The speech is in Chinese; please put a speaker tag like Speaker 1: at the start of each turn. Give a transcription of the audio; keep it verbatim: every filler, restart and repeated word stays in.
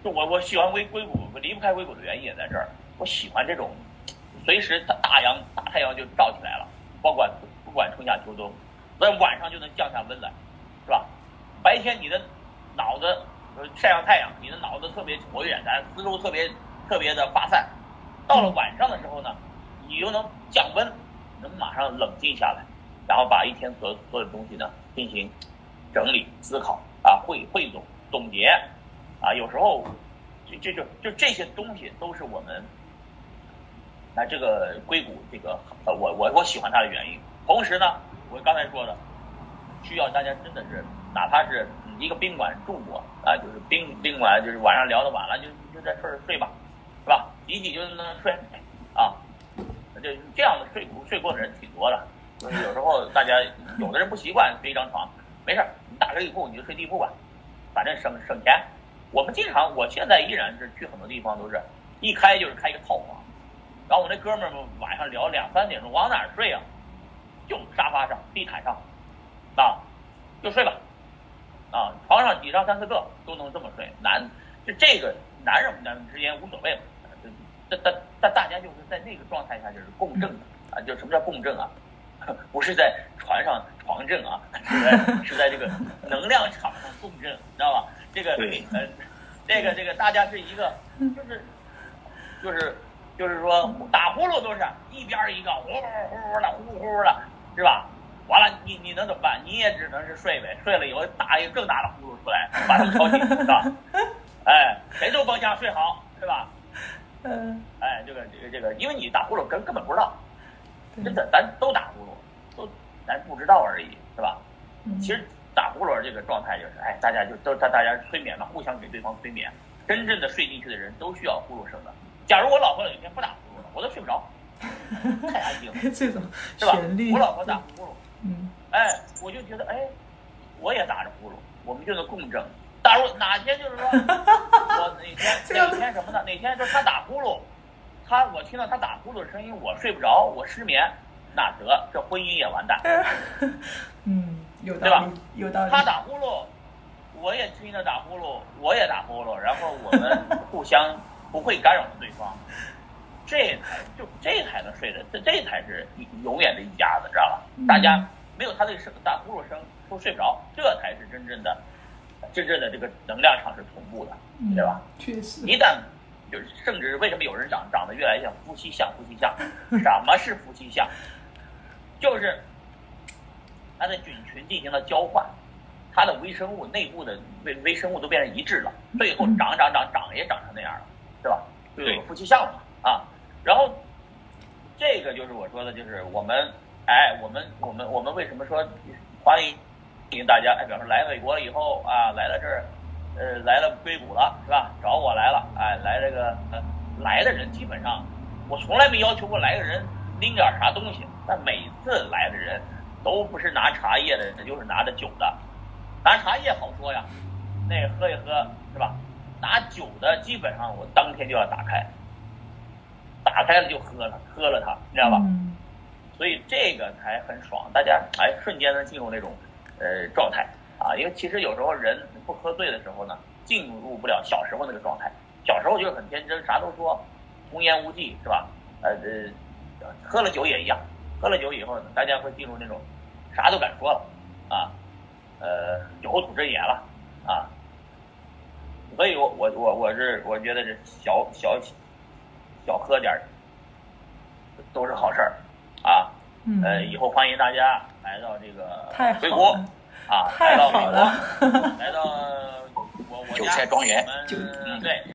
Speaker 1: 就我我喜欢硅硅谷，我离不开硅谷的原因也在这儿。我喜欢这种随时大大阳大太阳就照起来了，不管不管春夏秋冬，那晚上就能降下温来，是吧？白天你的脑子晒上太阳，你的脑子特别活跃，咱思路特别特别的发散。到了晚上的时候呢，你又能降温，能马上冷静下来，然后把一天所所有的东西呢进行整理思考啊，汇汇总总结啊，有时候这这就就这些东西都是我们那这个硅谷这个呃我我我喜欢它的原因。同时呢，我刚才说的，需要大家真的是哪怕是一个宾馆住过啊，就是宾宾馆就是晚上聊得晚了，就就在这儿睡吧，是吧？挤挤就能睡啊，这这样的睡睡过的人挺多的。就是有时候大家有的人不习惯睡一张床，没事，你打个地铺你就睡地铺吧，反正省省钱。我们经常，我现在依然是去很多地方都是一开就是开一个套房，然后我那哥们儿们晚上聊两三点钟往哪儿睡啊？就沙发上、地毯上，啊，就睡吧，啊，床上挤上三四个都能这么睡。男，就这个男人男人之间无所谓，这大大大家就是在那个状态下就是共振的啊，就什么叫共振啊？不是在船上床震啊，是在是在这个能量场上共振，知道吧？这个呃，这个这个大家是一个，就是就是就是说打呼噜都是一边一个呼呼呼的呼呼的，是吧？完了你你能怎么办？你也只能是睡呗，睡了以后打一个更大的呼噜出来，把他们吵醒，是吧？哎，谁都甭想睡好，是吧？
Speaker 2: 嗯，
Speaker 1: 哎，这个这个这个，因为你打呼噜根根本不知道，真的，咱都打呼噜，都咱不知道而已，是吧？其实打呼噜这个状态就是，哎，大家就都大大家催眠嘛，互相给对方催眠。真正的睡进去的人都需要呼噜声的。假如我老婆有一天不打呼噜了，我都睡不着，太安静了，
Speaker 2: 这种
Speaker 1: 是吧？
Speaker 2: 旋律，
Speaker 1: 我老婆打呼噜，
Speaker 2: 嗯，
Speaker 1: 哎，我就觉得，哎，我也打着呼噜，我们就能共振。打如哪天就是说，我哪天哪天什么呢？哪天就他打呼噜，他我听到他打呼噜的声音，我睡不着，我失眠，那得这婚姻也完蛋。
Speaker 2: 嗯，有
Speaker 1: 道
Speaker 2: 理，有道理。
Speaker 1: 他打呼噜，我也听着打呼噜，我也打呼噜，然后我们互相不会干扰对方，这才就这才能睡着，这这才是永远的一家子，知道吧？大家没有他这个声打呼噜声都睡不着，这才是真正的。真正的这个能量场是同步的，对吧？
Speaker 2: 确实，
Speaker 1: 一旦就是甚至为什么有人长长得越来越像夫妻相？夫妻相，什么是夫妻相？就是它的菌群进行了交换，它的微生物内部的微微生物都变成一致了，最后长长长长也长成那样了，对吧？就有夫妻相了啊。然后这个就是我说的，就是我们哎，我们我们我们为什么说欢迎？欢迎大家，哎，比方说来美国了以后啊，来了这儿，呃，来了硅谷了，是吧？找我来了，哎，来这个、呃、来的人基本上，我从来没要求过来个人拎点啥东西，但每次来的人都不是拿茶叶的，就是拿着酒的。拿茶叶好说呀，那个喝一喝，是吧？拿酒的基本上我当天就要打开，打开了就喝它，喝了它，你知道吧？
Speaker 2: 嗯、
Speaker 1: 所以这个才很爽，大家哎瞬间能进入那种。呃，状态啊，因为其实有时候人不喝醉的时候呢，进入不了小时候那个状态。小时候就是很天真，啥都说，童言无忌，是吧？呃呃，喝了酒也一样，喝了酒以后呢，大家会进入那种啥都敢说了啊，呃，酒后吐真言了啊。所以我我我我是我觉得这小小小喝点都是好事儿啊。呃，以后欢迎大家来到这个硅谷啊，来到美国，来到我我家
Speaker 3: 韭菜庄园，
Speaker 1: 嗯，对。